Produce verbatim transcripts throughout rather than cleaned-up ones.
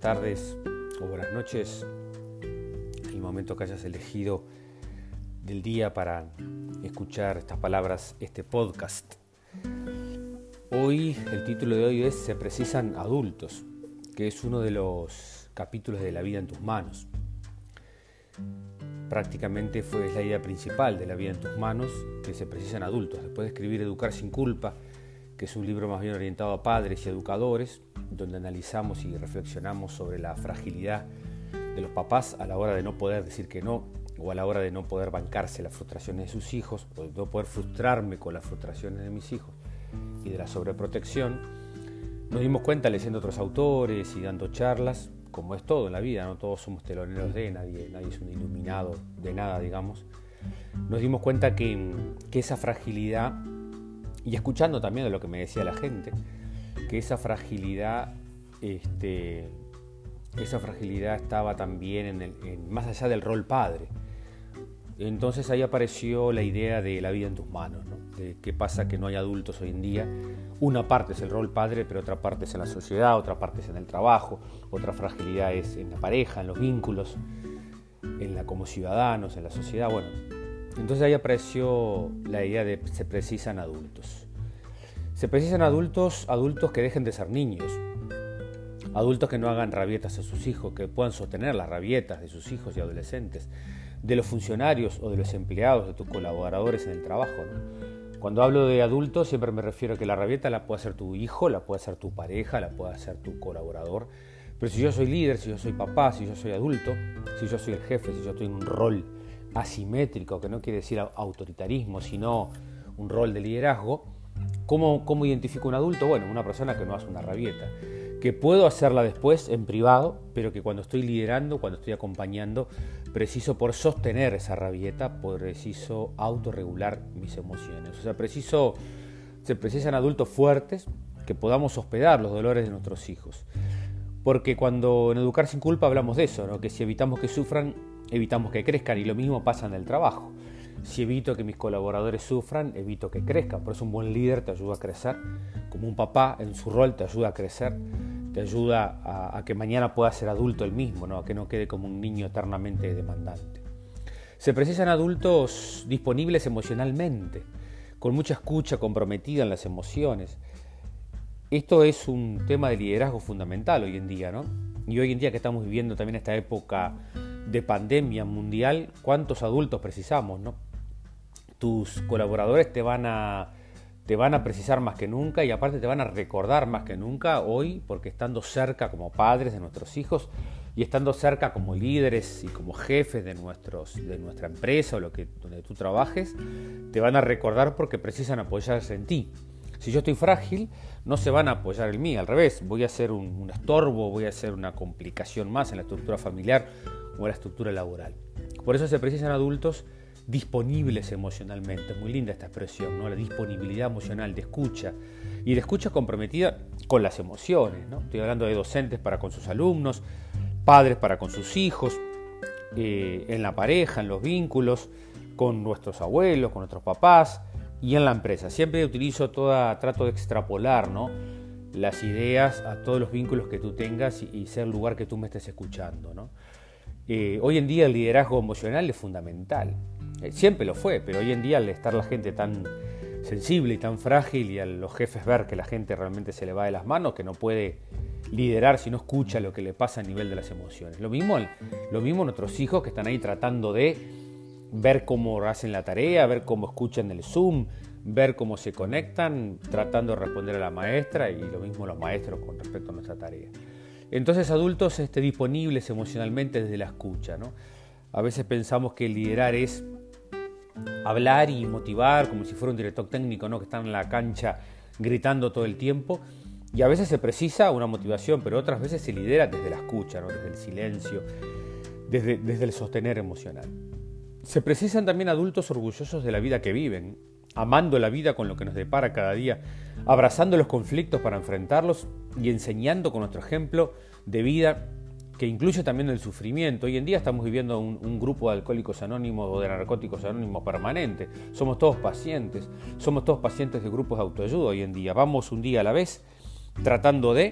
tardes o buenas noches, el momento que hayas elegido del día para escuchar estas palabras, este podcast. Hoy, el título de hoy es Se precisan adultos, que es uno de los capítulos de La vida en tus manos. Prácticamente fue la idea principal de La vida en tus manos, que se precisan adultos. Después de escribir Educar sin culpa, que es un libro más bien orientado a padres y educadores, donde analizamos y reflexionamos sobre la fragilidad de los papás a la hora de no poder decir que no, o a la hora de no poder bancarse las frustraciones de sus hijos, o de no poder frustrarme con las frustraciones de mis hijos, y de la sobreprotección. Nos dimos cuenta leyendo otros autores y dando charlas, como es todo en la vida, no todos somos teloneros de nadie, nadie es un iluminado de nada, digamos. Nos dimos cuenta que, que esa fragilidad, y escuchando también de lo que me decía la gente, que esa fragilidad, este, esa fragilidad estaba también en el, en, más allá del rol padre. Entonces ahí apareció la idea de la vida en tus manos, ¿no? De qué pasa que no hay adultos hoy en día. Una parte es el rol padre, pero otra parte es en la sociedad, otra parte es en el trabajo, otra fragilidad es en la pareja, en los vínculos, en la como ciudadanos, en la sociedad. Bueno, entonces ahí apareció la idea de se precisan adultos. Se precisan adultos, adultos que dejen de ser niños, adultos que no hagan rabietas a sus hijos, que puedan sostener las rabietas de sus hijos y adolescentes, de los funcionarios o de los empleados, de tus colaboradores en el trabajo, ¿no? Cuando hablo de adultos siempre me refiero a que la rabieta la puede hacer tu hijo, la puede hacer tu pareja, la puede hacer tu colaborador. Pero si yo soy líder, si yo soy papá, si yo soy adulto, si yo soy el jefe, si yo estoy en un rol asimétrico, que no quiere decir autoritarismo, sino un rol de liderazgo, ¿cómo, cómo identifico un adulto? Bueno, una persona que no hace una rabieta, que puedo hacerla después en privado, pero que cuando estoy liderando, cuando estoy acompañando, preciso por sostener esa rabieta, preciso autorregular mis emociones. O sea, preciso, se precisan adultos fuertes que podamos hospedar los dolores de nuestros hijos. Porque cuando en Educar sin culpa hablamos de eso, ¿no? Que si evitamos que sufran, evitamos que crezcan, y lo mismo pasa en el trabajo. Si evito que mis colaboradores sufran, evito que crezcan. Por eso un buen líder te ayuda a crecer, como un papá en su rol te ayuda a crecer, te ayuda a, a que mañana pueda ser adulto él mismo, ¿no? A que no quede como un niño eternamente demandante. Se precisan adultos disponibles emocionalmente, con mucha escucha comprometida en las emociones. Esto es un tema de liderazgo fundamental hoy en día, ¿no? Y hoy en día que estamos viviendo también esta época de pandemia mundial, ¿cuántos adultos precisamos, no? Tus colaboradores te van a te van a precisar más que nunca, y aparte te van a recordar más que nunca hoy, porque estando cerca como padres de nuestros hijos y estando cerca como líderes y como jefes de nuestros de nuestra empresa o lo que donde tú trabajes, te van a recordar porque precisan apoyarse en ti. Si yo estoy frágil, no se van a apoyar en mí, al revés, voy a ser un, un estorbo, voy a ser una complicación más en la estructura familiar o en la estructura laboral. Por eso se precisan adultos disponibles emocionalmente. Es muy linda esta expresión, ¿no? La disponibilidad emocional de escucha, y de escucha comprometida con las emociones, ¿no? Estoy hablando de docentes para con sus alumnos, padres para con sus hijos, eh, en la pareja, en los vínculos, con nuestros abuelos, con nuestros papás, y en la empresa. Siempre utilizo toda, trato de extrapolar, ¿no? Las ideas a todos los vínculos que tú tengas y, y sea el lugar que tú me estés escuchando, ¿no? Eh, hoy en día el liderazgo emocional es fundamental. Eh, siempre lo fue, pero hoy en día al estar la gente tan sensible y tan frágil, y a los jefes ver que la gente realmente se le va de las manos, que no puede liderar si no escucha lo que le pasa a nivel de las emociones. Lo mismo, lo mismo nuestros hijos que están ahí tratando de ver cómo hacen la tarea, ver cómo escuchan el Zoom, ver cómo se conectan, tratando de responder a la maestra, y lo mismo los maestros con respecto a nuestra tarea. Entonces, adultos este, disponibles emocionalmente desde la escucha, ¿no? A veces pensamos que liderar es hablar y motivar como si fuera un director técnico, ¿no? Que está en la cancha gritando todo el tiempo, y a veces se precisa una motivación, pero otras veces se lidera desde la escucha, ¿no? Desde el silencio, desde, desde el sostener emocional. Se precisan también adultos orgullosos de la vida que viven, amando la vida con lo que nos depara cada día, abrazando los conflictos para enfrentarlos y enseñando con nuestro ejemplo de vida que incluye también el sufrimiento. Hoy en día estamos viviendo un, un grupo de alcohólicos anónimos o de narcóticos anónimos permanente. Somos todos pacientes, somos todos pacientes de grupos de autoayuda hoy en día. Vamos un día a la vez tratando de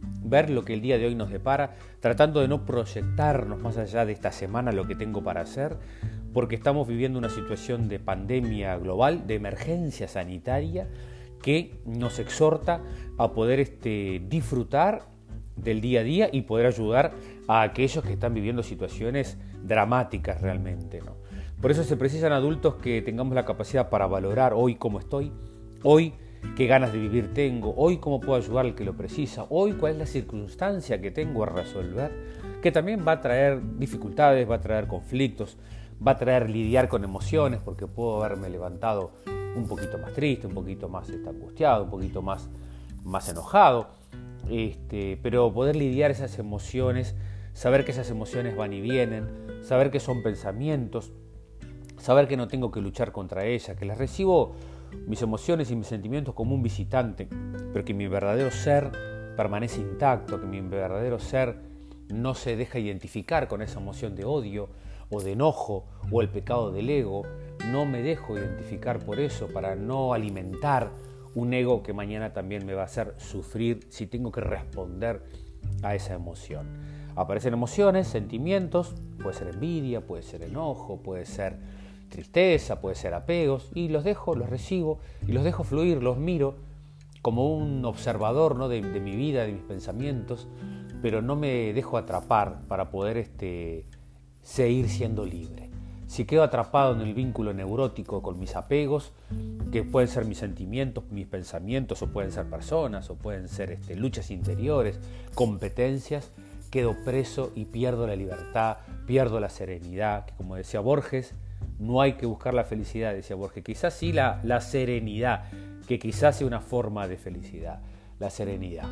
ver lo que el día de hoy nos depara, tratando de no proyectarnos más allá de esta semana lo que tengo para hacer, porque estamos viviendo una situación de pandemia global, de emergencia sanitaria, que nos exhorta a poder este, disfrutar del día a día y poder ayudar a aquellos que están viviendo situaciones dramáticas realmente, ¿no? Por eso se precisan adultos que tengamos la capacidad para valorar hoy cómo estoy, hoy qué ganas de vivir tengo, hoy cómo puedo ayudar al que lo precisa, hoy cuál es la circunstancia que tengo a resolver, que también va a traer dificultades, va a traer conflictos, va a traer lidiar con emociones, porque puedo haberme levantado un poquito más triste, un poquito más este, angustiado, un poquito más, más enojado, este, pero poder lidiar esas emociones, saber que esas emociones van y vienen, saber que son pensamientos, saber que no tengo que luchar contra ellas, que las recibo mis emociones y mis sentimientos como un visitante, pero que mi verdadero ser permanece intacto, que mi verdadero ser no se deja identificar con esa emoción de odio o de enojo o el pecado del ego. No me dejo identificar por eso, para no alimentar un ego que mañana también me va a hacer sufrir si tengo que responder a esa emoción. Aparecen emociones, sentimientos, puede ser envidia, puede ser enojo, puede ser tristeza, puede ser apegos, y los dejo, los recibo y los dejo fluir, los miro como un observador, ¿no? de, de mi vida, de mis pensamientos, pero no me dejo atrapar para poder este, seguir siendo libre. Si quedo atrapado en el vínculo neurótico con mis apegos, que pueden ser mis sentimientos, mis pensamientos, o pueden ser personas, o pueden ser este, luchas interiores, competencias, quedo preso y pierdo la libertad, pierdo la serenidad, que como decía Borges, no hay que buscar la felicidad, decía Borges, quizás sí la, la serenidad, que quizás sea una forma de felicidad, la serenidad.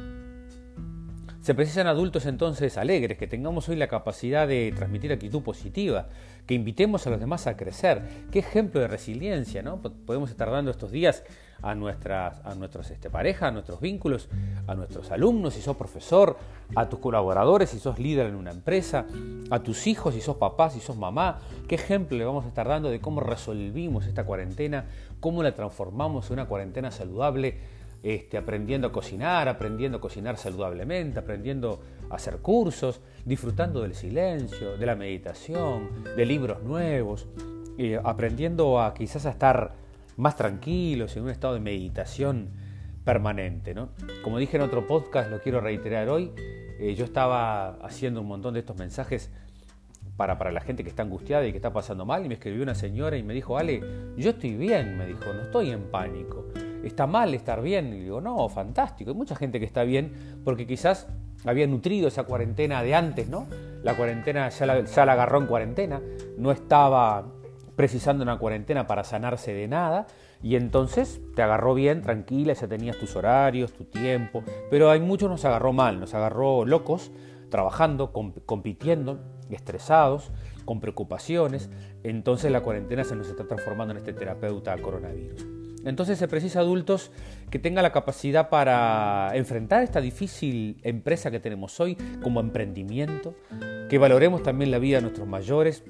Se precisan adultos entonces alegres, que tengamos hoy la capacidad de transmitir actitud positiva, que invitemos a los demás a crecer. Qué ejemplo de resiliencia, ¿no? Podemos estar dando estos días a nuestras a nuestros este, parejas, a nuestros vínculos, a nuestros alumnos, si sos profesor, a tus colaboradores, si sos líder en una empresa, a tus hijos, si sos papá, si sos mamá. Qué ejemplo le vamos a estar dando de cómo resolvimos esta cuarentena, cómo la transformamos en una cuarentena saludable, Este, aprendiendo a cocinar, aprendiendo a cocinar saludablemente, aprendiendo a hacer cursos, disfrutando del silencio, de la meditación, de libros nuevos, eh, aprendiendo a quizás a estar más tranquilos, en un estado de meditación permanente, ¿no? Como dije en otro podcast, lo quiero reiterar hoy, eh, yo estaba haciendo un montón de estos mensajes para, para la gente que está angustiada y que está pasando mal, y me escribió una señora y me dijo, Ale, yo estoy bien, me dijo, no estoy en pánico. ¿Está mal estar bien? Y digo, no, fantástico. Hay mucha gente que está bien porque quizás había nutrido esa cuarentena de antes, ¿no? La cuarentena ya la, ya la agarró en cuarentena, no estaba precisando una cuarentena para sanarse de nada, y entonces te agarró bien, tranquila, ya tenías tus horarios, tu tiempo, pero hay muchos nos agarró mal, nos agarró locos, trabajando, comp- compitiendo, estresados, con preocupaciones. Entonces la cuarentena se nos está transformando en este terapeuta coronavirus. Entonces se precisa adultos que tengan la capacidad para enfrentar esta difícil empresa que tenemos hoy como emprendimiento, que valoremos también la vida de nuestros mayores,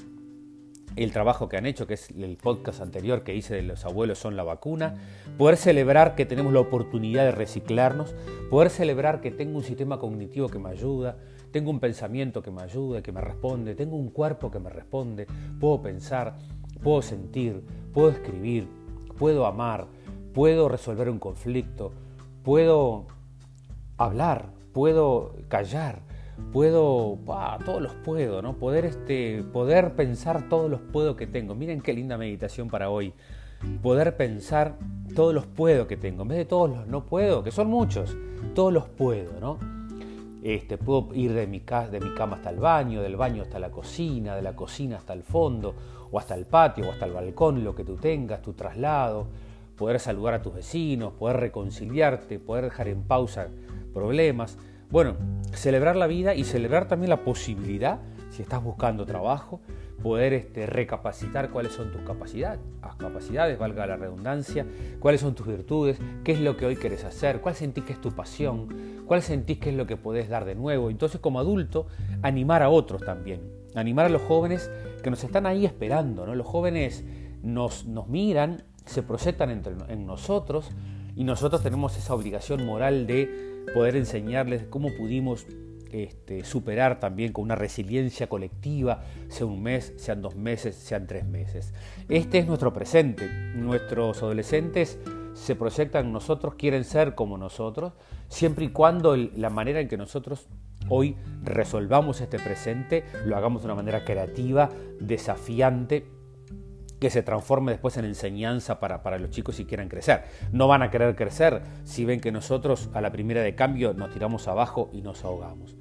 el trabajo que han hecho, que es el podcast anterior que hice de los abuelos son la vacuna, poder celebrar que tenemos la oportunidad de reciclarnos, poder celebrar que tengo un sistema cognitivo que me ayuda, tengo un pensamiento que me ayuda, que me responde, tengo un cuerpo que me responde, puedo pensar, puedo sentir, puedo escribir, puedo amar, puedo resolver un conflicto, puedo hablar, puedo callar, puedo, bah, todos los puedo, ¿no? Poder, este, poder pensar todos los puedo que tengo. Miren qué linda meditación para hoy. Poder pensar todos los puedo que tengo, en vez de todos los no puedo, que son muchos, todos los puedo, ¿no? Este, puedo ir de mi, casa, de mi cama hasta el baño, del baño hasta la cocina, de la cocina hasta el fondo, o hasta el patio, o hasta el balcón, lo que tú tengas, tu traslado, poder saludar a tus vecinos, poder reconciliarte, poder dejar en pausa problemas. Bueno, celebrar la vida y celebrar también la posibilidad, si estás buscando trabajo, poder este, recapacitar cuáles son tus capacidades, las capacidades, valga la redundancia, cuáles son tus virtudes, qué es lo que hoy querés hacer, cuál sentís que es tu pasión, cuál sentís que es lo que podés dar de nuevo. Entonces, como adulto, animar a otros también, animar a los jóvenes que nos están ahí esperando, ¿no? Los jóvenes nos, nos miran, se proyectan entre, en nosotros y nosotros tenemos esa obligación moral de poder enseñarles cómo pudimos este, superar también con una resiliencia colectiva, sea un mes, sean dos meses, sean tres meses. Este es nuestro presente. Nuestros adolescentes se proyectan en nosotros, quieren ser como nosotros, siempre y cuando el, la manera en que nosotros hoy resolvamos este presente lo hagamos de una manera creativa, desafiante, que se transforme después en enseñanza para, para los chicos si quieren crecer. No van a querer crecer si ven que nosotros a la primera de cambio nos tiramos abajo y nos ahogamos.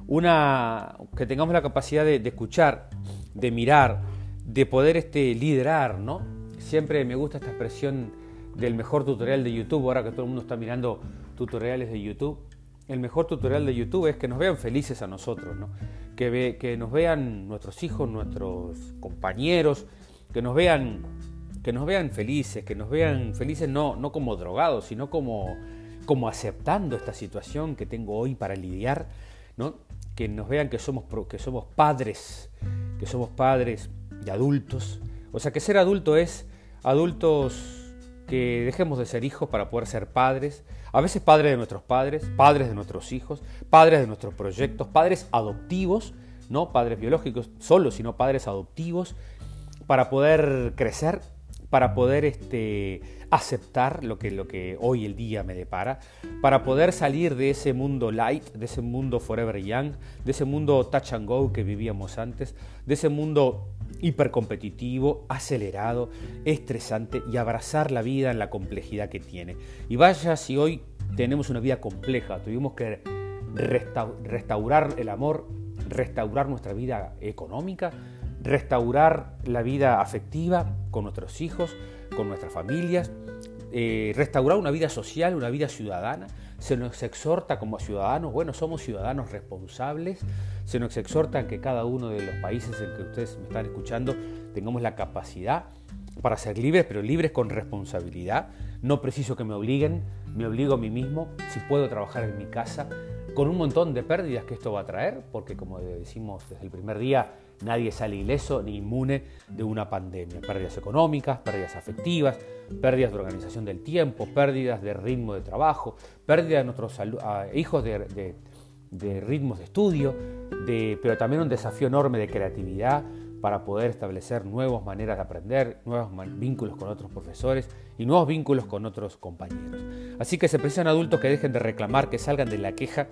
Una, que tengamos la capacidad de, de escuchar, de mirar, de poder este, liderar, ¿no? Siempre me gusta esta expresión del mejor tutorial de YouTube, ahora que todo el mundo está mirando tutoriales de YouTube. El mejor tutorial de YouTube es que nos vean felices a nosotros, ¿no? Que, ve, que nos vean nuestros hijos, nuestros compañeros, que nos vean, que nos vean felices, que nos vean felices no, no como drogados, sino como, como aceptando esta situación que tengo hoy para lidiar, ¿no? Que nos vean que somos, que somos padres, que somos padres de adultos. O sea, que ser adulto es adultos que dejemos de ser hijos para poder ser padres, a veces padres de nuestros padres, padres de nuestros hijos, padres de nuestros proyectos, padres adoptivos, no padres biológicos solos, sino padres adoptivos, para poder crecer, para poder este, aceptar lo que, lo que hoy el día me depara, para poder salir de ese mundo light, de ese mundo forever young, de ese mundo touch and go que vivíamos antes, de ese mundo hipercompetitivo, acelerado, estresante, y abrazar la vida en la complejidad que tiene. Y vaya si hoy tenemos una vida compleja, tuvimos que resta- restaurar el amor, restaurar nuestra vida económica, restaurar la vida afectiva con nuestros hijos, con nuestras familias, eh, restaurar una vida social, una vida ciudadana. Se nos exhorta como ciudadanos, bueno, somos ciudadanos responsables, se nos exhorta que cada uno de los países en que ustedes me están escuchando tengamos la capacidad para ser libres, pero libres con responsabilidad. No preciso que me obliguen, me obligo a mí mismo, si puedo trabajar en mi casa, con un montón de pérdidas que esto va a traer, porque como decimos desde el primer día, nadie sale ileso ni inmune de una pandemia. Pérdidas económicas, pérdidas afectivas, pérdidas de organización del tiempo, pérdidas de ritmo de trabajo, pérdidas de nuestros hijos de, de, de ritmos de estudio, de, pero también un desafío enorme de creatividad para poder establecer nuevas maneras de aprender, nuevos vínculos con otros profesores y nuevos vínculos con otros compañeros. Así que se precisan adultos que dejen de reclamar, que salgan de la queja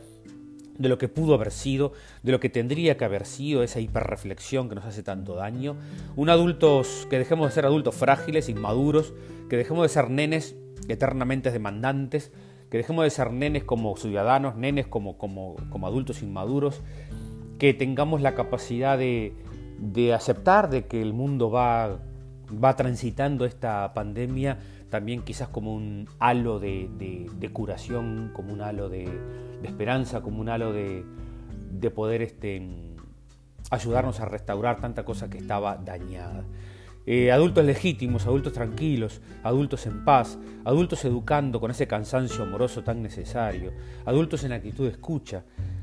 de lo que pudo haber sido, de lo que tendría que haber sido, esa hiperreflexión que nos hace tanto daño. Un adultos, que dejemos de ser adultos frágiles, inmaduros, que dejemos de ser nenes eternamente demandantes, que dejemos de ser nenes como ciudadanos, nenes como, como, como adultos inmaduros, que tengamos la capacidad de, de aceptar de que el mundo va, va transitando esta pandemia también quizás como un halo de, de, de curación, como un halo de, de esperanza, como un halo de, de poder este, ayudarnos a restaurar tanta cosa que estaba dañada. Eh, adultos legítimos, adultos tranquilos, adultos en paz, adultos educando con ese cansancio amoroso tan necesario, adultos en actitud de escucha,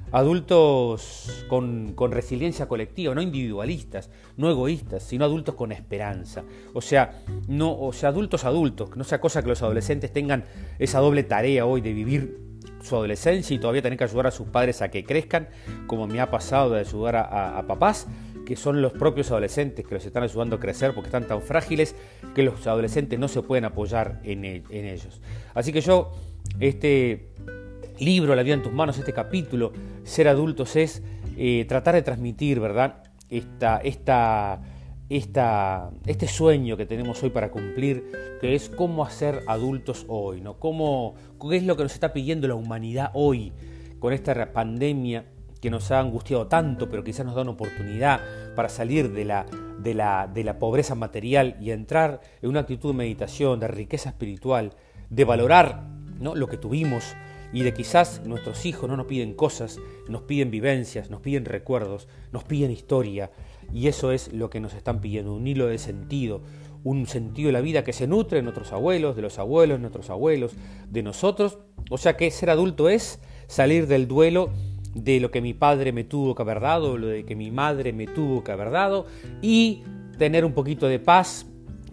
adultos con, con resiliencia colectiva, no individualistas, no egoístas, sino adultos con esperanza. O sea, no, o sea, adultos adultos, que no sea cosa que los adolescentes tengan esa doble tarea hoy de vivir su adolescencia y todavía tener que ayudar a sus padres a que crezcan, como me ha pasado de ayudar a, a, a papás, que son los propios adolescentes que los están ayudando a crecer porque están tan frágiles que los adolescentes no se pueden apoyar en, el, en ellos. Así que yo, este libro, La vida en tus manos, este capítulo, Ser adultos, es eh, tratar de transmitir, ¿verdad?, esta, esta, esta, este sueño que tenemos hoy para cumplir, que es cómo hacer adultos hoy, ¿no? Cómo, qué es lo que nos está pidiendo la humanidad hoy con esta pandemia que nos ha angustiado tanto, pero quizás nos da una oportunidad para salir de la, de la, de la pobreza material y entrar en una actitud de meditación, de riqueza espiritual, de valorar, ¿no?, lo que tuvimos, y de quizás nuestros hijos no nos piden cosas, nos piden vivencias, nos piden recuerdos, nos piden historia, y eso es lo que nos están pidiendo, un hilo de sentido, un sentido de la vida que se nutre de nuestros abuelos, de los abuelos, de nuestros abuelos, de nosotros. O sea que ser adulto es salir del duelo de lo que mi padre me tuvo que haber dado, lo de que mi madre me tuvo que haber dado, y tener un poquito de paz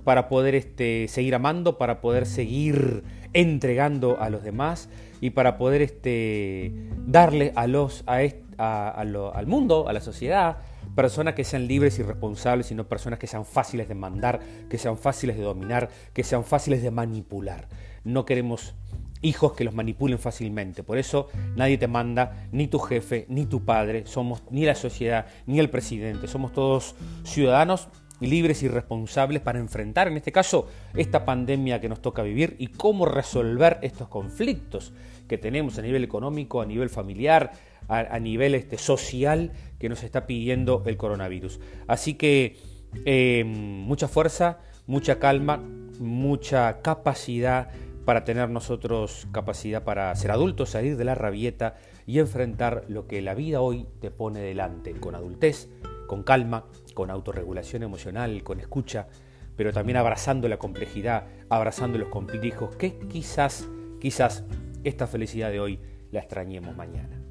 para poder este, seguir amando, para poder seguir entregando a los demás y para poder este, darle a los, a est, a, a lo, al mundo, a la sociedad, personas que sean libres y responsables, sino personas que sean fáciles de mandar, que sean fáciles de dominar, que sean fáciles de manipular. No queremos hijos que los manipulen fácilmente. Por eso nadie te manda, ni tu jefe, ni tu padre, somos ni la sociedad, ni el presidente. Somos todos ciudadanos libres y responsables para enfrentar, en este caso, esta pandemia que nos toca vivir y cómo resolver estos conflictos que tenemos a nivel económico, a nivel familiar, a, a nivel este, social que nos está pidiendo el coronavirus. Así que eh, mucha fuerza, mucha calma, mucha capacidad para tener nosotros capacidad para ser adultos, salir de la rabieta y enfrentar lo que la vida hoy te pone delante, con adultez, con calma, con autorregulación emocional, con escucha, pero también abrazando la complejidad, abrazando los complejos, que quizás, quizás esta felicidad de hoy la extrañemos mañana.